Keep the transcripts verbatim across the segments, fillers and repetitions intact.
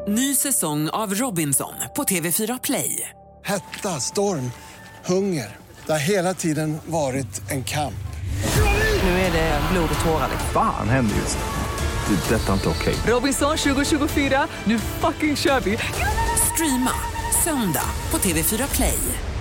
Ny säsong av Robinson på T V fyra Play. Hetta, storm, hunger. Det har hela tiden varit en kamp. Nu är det blod och tårar. Fan händer just det. Det är detta inte okej. Robinson tjugo tjugofyra, nu fucking kör vi. Streama söndag på T V fyra Play.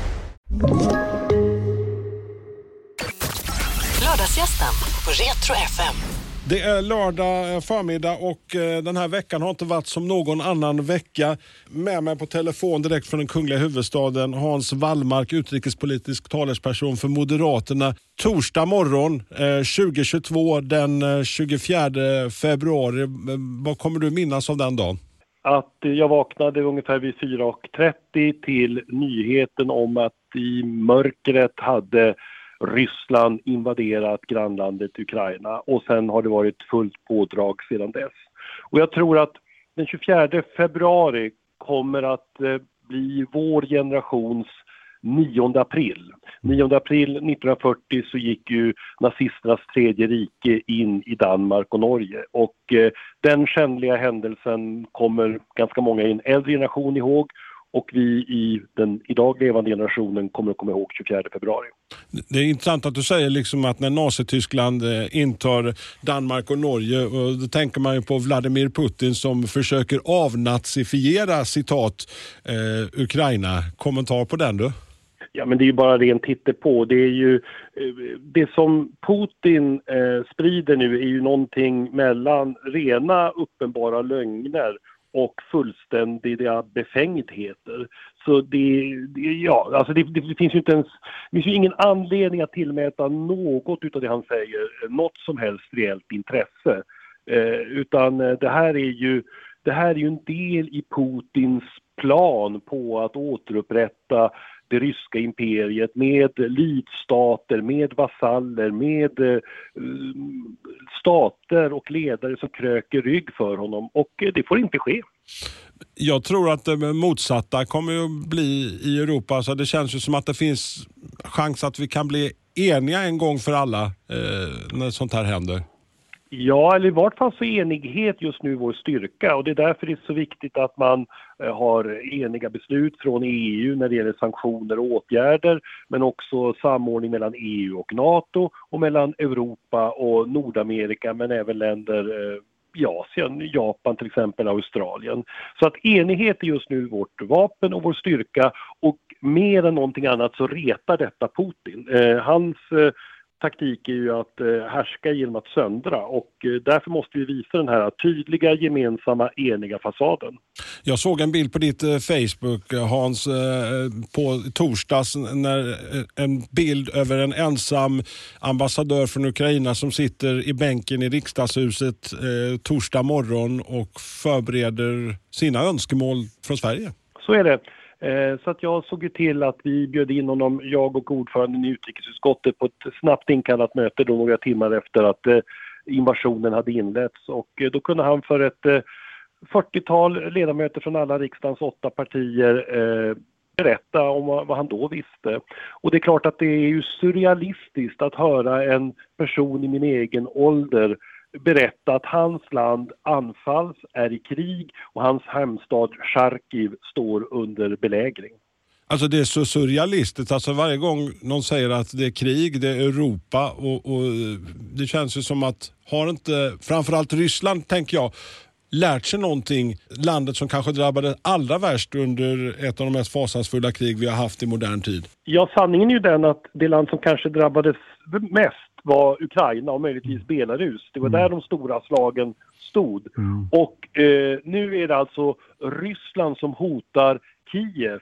Lördagsgästen på Retro F M. Det är lördag förmiddag och den här veckan har inte varit som någon annan vecka. Med mig på telefon direkt från den kungliga huvudstaden, Hans Wallmark, utrikespolitisk talesperson för Moderaterna. Torsdag morgon eh, tjugo tjugotvå, den tjugofjärde februari. Vad kommer du minnas av den dagen? Att jag vaknade ungefär vid fyra trettio till nyheten om att i mörkret hade Ryssland invaderat grannlandet Ukraina, och sen har det varit fullt pådrag sedan dess. Och jag tror att den tjugofjärde februari kommer att eh, bli vår generations nionde april. nionde april nittonhundrafyrtio så gick ju nazisternas tredje rike in i Danmark och Norge, och eh, den skändliga händelsen kommer ganska många i en äldre generation ihåg, och vi i den idag levande generationen kommer att komma ihåg tjugofjärde februari. Det är intressant att du säger liksom att när Nazityskland intar Danmark och Norge, och då tänker man ju på Vladimir Putin som försöker avnazifiera, citat, eh, Ukraina. Kommentar på den du? Ja, men det är ju bara rent hittepå. Det är ju det som Putin eh, sprider nu är ju någonting mellan rena uppenbara lögner och fullständiga befängdheter. Så det, det ja, alltså det, det, det finns ju inte ens, det finns ju ingen anledning att tillmäta något utav det han säger något som helst reellt intresse. Eh, utan det här är ju det här är ju en del i Putins plan på att återupprätta det ryska imperiet med lydstater, med vasaller, med eh, stater och ledare som kröker rygg för honom, och eh, det får inte ske. Jag tror att det motsatta kommer att bli i Europa, så det känns ju som att det finns chans att vi kan bli eniga en gång för alla eh, när sånt här händer. Ja, eller i vart fall så är enighet just nu vår styrka, och det är därför det är så viktigt att man eh, har eniga beslut från E U när det gäller sanktioner och åtgärder, men också samordning mellan E U och NATO och mellan Europa och Nordamerika, men även länder eh, i Asien, Japan till exempel, Australien. Så att enighet är just nu vårt vapen och vår styrka, och mer än någonting annat så retar detta Putin. Eh, hans eh, taktik är ju att eh, härska genom att söndra, och eh, därför måste vi visa den här tydliga, gemensamma, eniga fasaden. Jag såg en bild på ditt eh, Facebook, Hans, eh, på torsdags, när eh, en bild över en ensam ambassadör från Ukraina som sitter i bänken i riksdagshuset eh, torsdag morgon och förbereder sina önskemål från Sverige. Så är det. Så att jag såg ju till att vi bjöd in honom, jag och ordföranden i utrikesutskottet, på ett snabbt inkallat möte då några timmar efter att invasionen hade inletts. Och då kunde han för ett fyrtiotal ledamöter från alla riksdagens åtta partier berätta om vad han då visste. Och det är klart att det är ju surrealistiskt att höra en person i min egen ålder berätta att hans land anfalls, är i krig, och hans hemstad Charkiv står under belägring. Alltså det är så surrealistiskt. Alltså varje gång någon säger att det är krig, det är Europa, och, och det känns ju som att har inte, framförallt Ryssland tänker jag, lärt sig någonting, landet som kanske drabbade allra värst under ett av de mest fasansfulla krig vi har haft i modern tid. Ja, sanningen är ju den att det land som kanske drabbades mest var Ukraina och möjligtvis Belarus. Det var mm. där de stora slagen stod. Mm. Och eh, nu är det alltså Ryssland som hotar Kiev.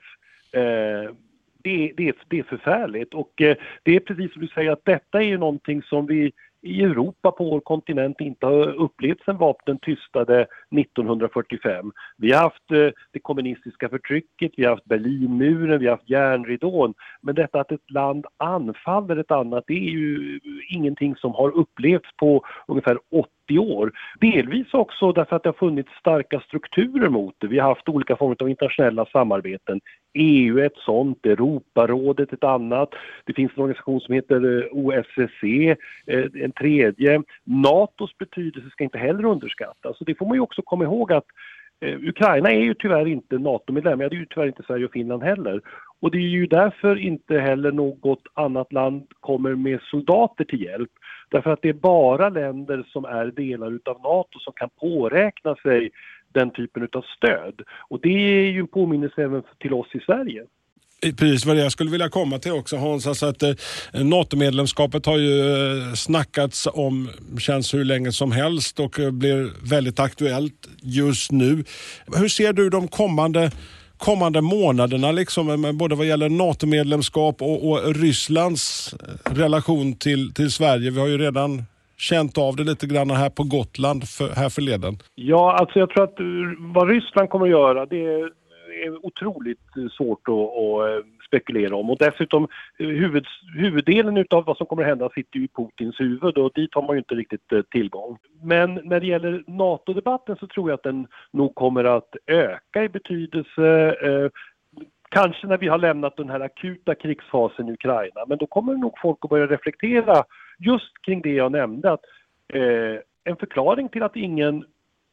Eh, det, det, det är förfärligt. Och eh, det är precis som du säger, att detta är ju någonting som vi i Europa på vår kontinent inte har upplevt sedan vapnen tystade nittonhundrafyrtiofem. Vi har haft eh, det kommunistiska förtrycket, vi har haft Berlinmuren, vi har haft järnridån. Men detta att ett land anfaller ett annat, det är ju ingenting som har upplevts på ungefär åttio år. Delvis också därför att det har funnits starka strukturer mot det. Vi har haft olika former av internationella samarbeten. E U ett sånt, Europarådet ett annat. Det finns en organisation som heter O S C E, en tredje. NATOs betydelse ska inte heller underskattas. Så det får man ju också komma ihåg att eh, Ukraina är ju tyvärr inte NATO-medlem, ja, det är ju tyvärr inte Sverige och Finland heller. Och det är ju därför inte heller något annat land kommer med soldater till hjälp. Därför att det är bara länder som är delar utav NATO som kan påräkna sig den typen utav stöd. Och det är ju en påminnelse även till oss i Sverige. Precis vad jag skulle vilja komma till också, Hans. Alltså att eh, NATO-medlemskapet har ju eh, snackats om, känns hur länge som helst och eh, blir väldigt aktuellt just nu. Hur ser du de kommande, kommande månaderna liksom, både vad gäller NATO-medlemskap och, och Rysslands relation till, till Sverige? Vi har ju redan känt av det lite grann här på Gotland för, här förleden. Ja, alltså jag tror att vad Ryssland kommer att göra, det är är otroligt svårt att, att spekulera om. Och dessutom huvud, huvuddelen av vad som kommer att hända sitter ju i Putins huvud och dit har man ju inte riktigt tillgång. Men när det gäller NATO-debatten så tror jag att den nog kommer att öka i betydelse. Eh, kanske när vi har lämnat den här akuta krigsfasen i Ukraina. Men då kommer nog folk att börja reflektera just kring det jag nämnde. Att, eh, en förklaring till att ingen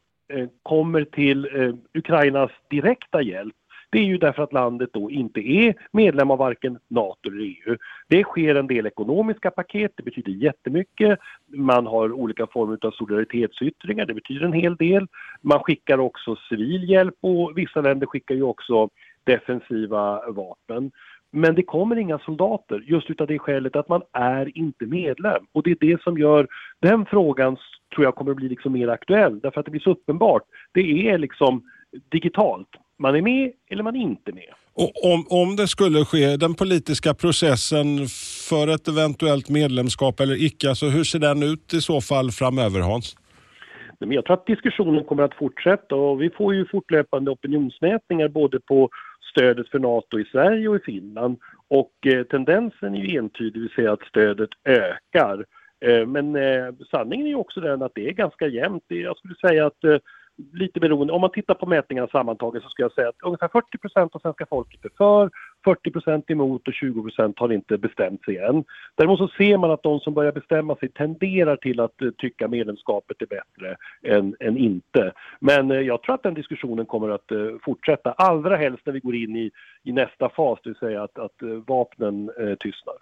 kommer till eh, Ukrainas direkta hjälp, det är ju därför att landet då inte är medlem av varken NATO eller E U. Det sker en del ekonomiska paket, det betyder jättemycket. Man har olika former av solidaritetsyttringar, det betyder en hel del. Man skickar också civil hjälp och vissa länder skickar ju också defensiva vapen. Men det kommer inga soldater just utav det skälet att man är inte medlem. Och det är det som gör den frågan, tror jag, kommer att bli liksom mer aktuell. Därför att det blir så uppenbart. Det är liksom digitalt. Man är med eller man är inte med. Och om, om det skulle ske, den politiska processen för ett eventuellt medlemskap eller icke, alltså hur ser den ut i så fall framöver, Hans? Men jag tror att diskussionen kommer att fortsätta och vi får ju fortlöpande opinionsmätningar både på stödet för NATO i Sverige och i Finland. Och eh, tendensen är ju entydig, vi ser att stödet ökar. Eh, men eh, sanningen är ju också den att det är ganska jämnt. Jag skulle säga att eh, lite beroende, om man tittar på mätningarna sammantaget så ska jag säga att ungefär fyrtio procent av svenska folket är för, fyrtio procent emot och tjugo procent har inte bestämt sig än. Däremot så ser man att de som börjar bestämma sig tenderar till att uh, tycka medlemskapet är bättre än, än inte. Men uh, jag tror att den diskussionen kommer att uh, fortsätta, allra helst när vi går in i, i nästa fas, det vill säga att, att uh, vapnen uh, tystnar.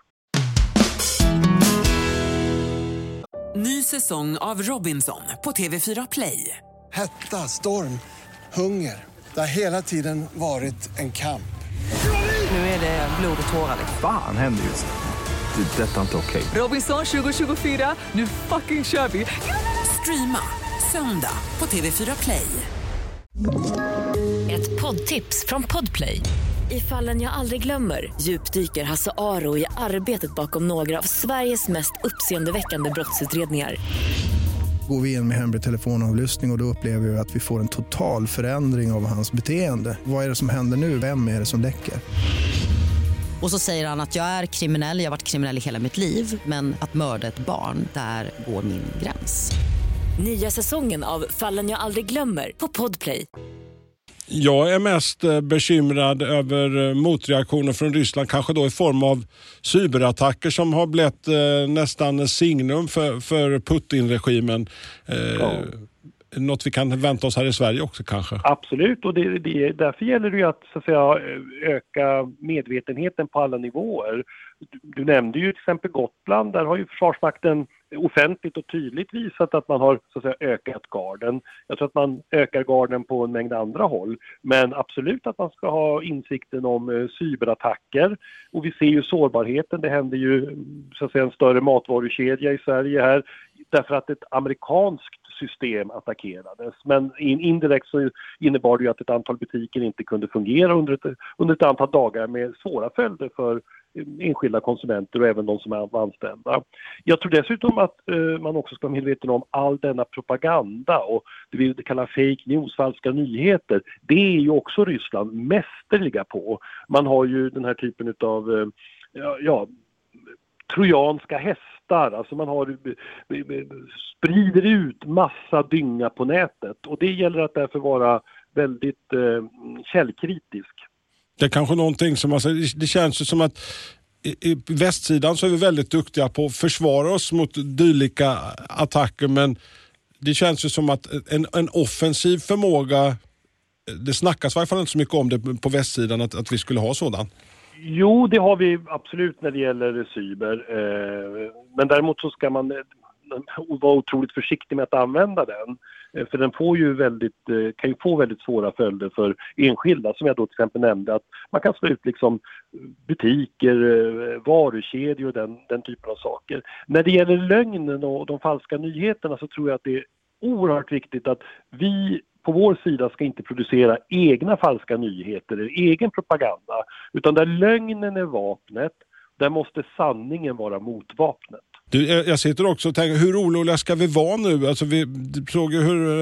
Ny säsong av Robinson på T V fyra Play. Hetta, storm, hunger. Det har hela tiden varit en kamp. Nu är det blod och tårar. Fan händer just det. Det är detta inte okej. Robinson tjugo tjugofyra, nu fucking kör vi. Streama söndag på T V fyra Play. Ett poddtips från Podplay. I Fallen jag aldrig glömmer djupdyker Hasse Aro i arbetet bakom några av Sveriges mest uppseendeväckande brottsutredningar. Går vi in med hemlig telefonavlyssning och, och då upplever vi att vi får en total förändring av hans beteende. Vad är det som händer nu? Vem är det som läcker? Och så säger han att jag är kriminell, jag har varit kriminell i hela mitt liv. Men att mörda ett barn, där går min gräns. Nya säsongen av Fallen jag aldrig glömmer på Podplay. Jag är mest bekymrad över motreaktioner från Ryssland, kanske då i form av cyberattacker som har blivit eh, nästan signum för, för Putin-regimen. Eh, ja. Något vi kan vänta oss här i Sverige också kanske. Absolut, och det, det, därför gäller det ju att, så att säga, öka medvetenheten på alla nivåer. Du, du nämnde ju till exempel Gotland, där har ju Försvarsmakten offentligt och tydligt visat att man har, så att säga, ökat garden. Jag tror att man ökar garden på en mängd andra håll. Men absolut att man ska ha insikten om eh, cyberattacker. Och vi ser ju sårbarheten. Det händer ju, så att säga, en större matvarukedja i Sverige här. Därför att ett amerikanskt system attackerades. Men in, indirekt så innebar det ju att ett antal butiker inte kunde fungera under ett, under ett antal dagar med svåra följder för enskilda konsumenter och även de som är anställda. Jag tror dessutom att eh, man också ska vara medveten om all denna propaganda och det vi kallar fake news, falska nyheter. Det är ju också Ryssland mästerliga på. Man har ju den här typen av eh, ja, ja, trojanska hästar. Alltså man har, sprider ut massa dynga på nätet och det gäller att därför vara väldigt eh, källkritisk. Det är kanske någonting som, alltså, det känns ju som att i, i västsidan så är vi väldigt duktiga på att försvara oss mot dylika attacker, men det känns ju som att en, en offensiv förmåga Det snackas i varje fall inte så mycket om det på västsidan att, att vi skulle ha sådan. Jo, det har vi absolut när det gäller cyber. Eh, men däremot så ska man vara otroligt försiktig med att använda den. Eh, för den får ju väldigt, eh, kan ju få väldigt svåra följder för enskilda. Som jag då till exempel nämnde, att man kan slå ut liksom butiker, eh, varukedjor och den, den typen av saker. När det gäller lögnen och de falska nyheterna så tror jag att det är oerhört viktigt att vi på vår sida ska inte producera egna falska nyheter eller egen propaganda. Utan där lögnen är vapnet, där måste sanningen vara motvapnet. Du, jag sitter också och tänker, hur oroliga ska vi vara nu? Alltså vi såg ju hur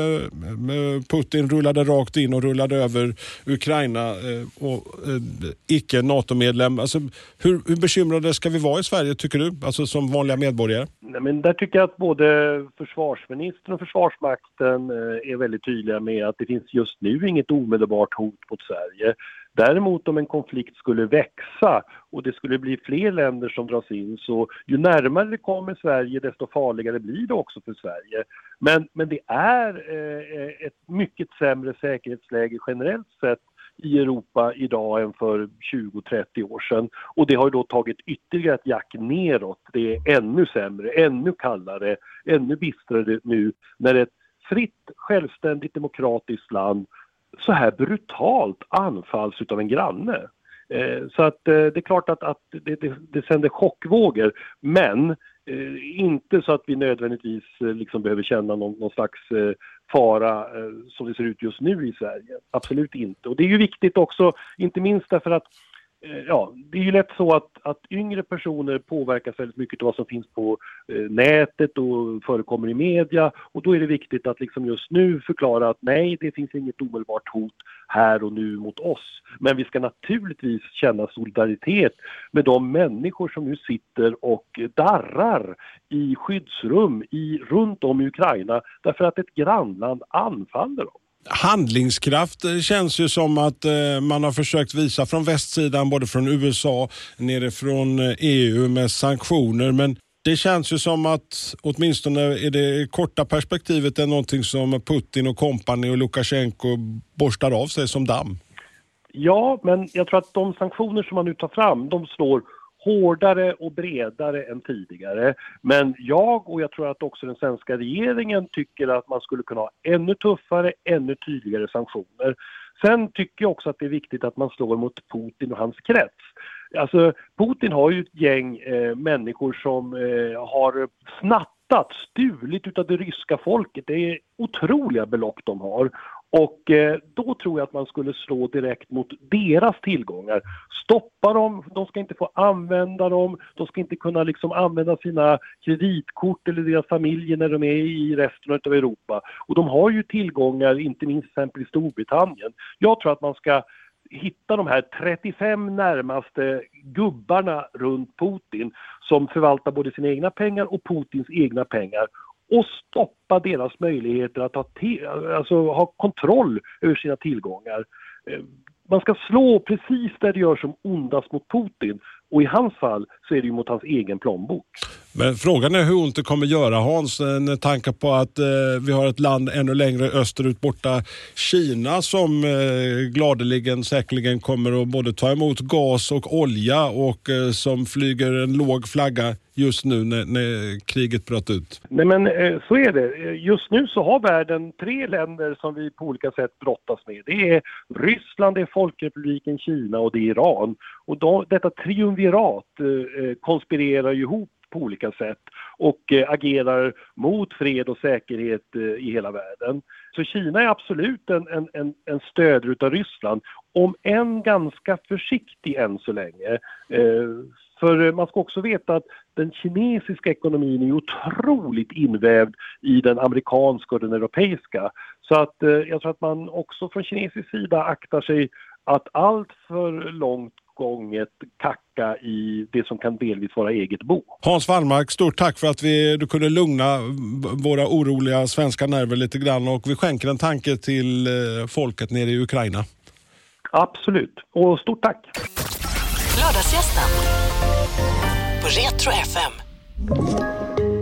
Putin rullade rakt in och rullade över Ukraina och icke-NATO-medlem. Alltså, hur, hur bekymrade ska vi vara i Sverige, tycker du? Alltså som vanliga medborgare? Nej, men där tycker jag att både försvarsministern och försvarsmakten är väldigt tydliga med att det finns just nu inget omedelbart hot mot Sverige. Däremot om en konflikt skulle växa och det skulle bli fler länder som dras in, så ju närmare det kommer Sverige desto farligare blir det också för Sverige. Men, men det är eh, ett mycket sämre säkerhetsläge generellt sett i Europa idag än för tjugo till trettio år sedan. Och det har ju då tagit ytterligare ett jack neråt. Det är ännu sämre, ännu kallare, ännu bistrare nu när ett fritt, självständigt, demokratiskt land så här brutalt anfalls utav en granne. Eh, så att eh, det är klart att, att det, det, det sänder chockvågor, men eh, inte så att vi nödvändigtvis eh, liksom behöver känna någon, någon slags eh, fara eh, som det ser ut just nu i Sverige. Absolut inte. Och det är ju viktigt också, inte minst därför att ja, det är ju lätt så att, att yngre personer påverkas väldigt mycket av vad som finns på eh, nätet och förekommer i media, och då är det viktigt att liksom just nu förklara att nej, det finns inget omedelbart hot här och nu mot oss. Men vi ska naturligtvis känna solidaritet med de människor som nu sitter och darrar i skyddsrum i, runt om i Ukraina därför att ett grannland anfaller dem. Handlingskraft känns ju som att eh, man har försökt visa från västsidan, både från U S A, nerifrån E U med sanktioner, men det känns ju som att åtminstone i det korta perspektivet är någonting som Putin och kompani och Lukasjenko borstar av sig som damm. Ja, men jag tror att de sanktioner som man nu tar fram, de slår hårdare och bredare än tidigare. Men jag och jag tror att också den svenska regeringen tycker att man skulle kunna ha ännu tuffare, ännu tydligare sanktioner. Sen tycker jag också att det är viktigt att man slår mot Putin och hans krets. Alltså Putin har ju ett gäng eh, människor som eh, har snattat, stulit utav det ryska folket. Det är otroliga belopp de har. Och eh, då tror jag att man skulle slå direkt mot deras tillgångar. Stoppa dem, de ska inte få använda dem, de ska inte kunna liksom använda sina kreditkort eller deras familjer när de är i resten av Europa. Och de har ju tillgångar, inte minst till exempel i Storbritannien. Jag tror att man ska hitta de här trettiofem närmaste gubbarna runt Putin som förvaltar både sina egna pengar och Putins egna pengar, och stoppa deras möjligheter att ha, te- alltså, ha kontroll över sina tillgångar. Man ska slå precis där det gör som ondast mot Putin, och i hans fall så är det ju mot hans egen plånbok. Men frågan är hur ont det kommer göra, Hans, med tanke på att eh, vi har ett land ännu längre österut borta, Kina, som eh, gladeligen säkerligen kommer att både ta emot gas och olja och eh, som flyger en låg flagga just nu när, när kriget bröt ut. Nej, men eh, så är det. Just nu så har världen tre länder som vi på olika sätt brottas med. Det är Ryssland, det är Folkrepubliken Kina och det är Iran. Och då, detta triumvirat eh, konspirerar ju ihop på olika sätt och eh, agerar mot fred och säkerhet eh, i hela världen. Så Kina är absolut en, en, en, en stödare utav Ryssland, om än ganska försiktig än så länge. Eh, för man ska också veta att den kinesiska ekonomin är otroligt invävd i den amerikanska och den europeiska. Så att eh, jag tror att man också från kinesisk sida aktar sig att allt för långt gånget kacka i det som kan delvis vara eget bo. Hans Wallmark, stort tack för att vi, du kunde lugna våra oroliga svenska nerver lite grann, och vi skänker en tanke till eh, folket nere i Ukraina. Absolut, och stort tack. Lördagsgästen på Retro F M.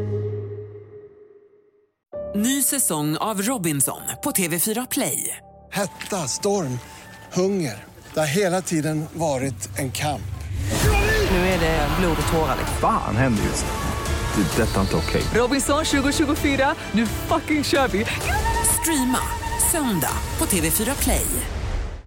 Ny säsong av Robinson på T V fyra Play. hetta, storm, hunger. Det har hela tiden varit en kamp. Nu är det blod och tårar. Fan händer just det. Det är detta inte okej. Robinson tjugo tjugofyra, nu fucking kör vi! Streama söndag på T V fyra Play.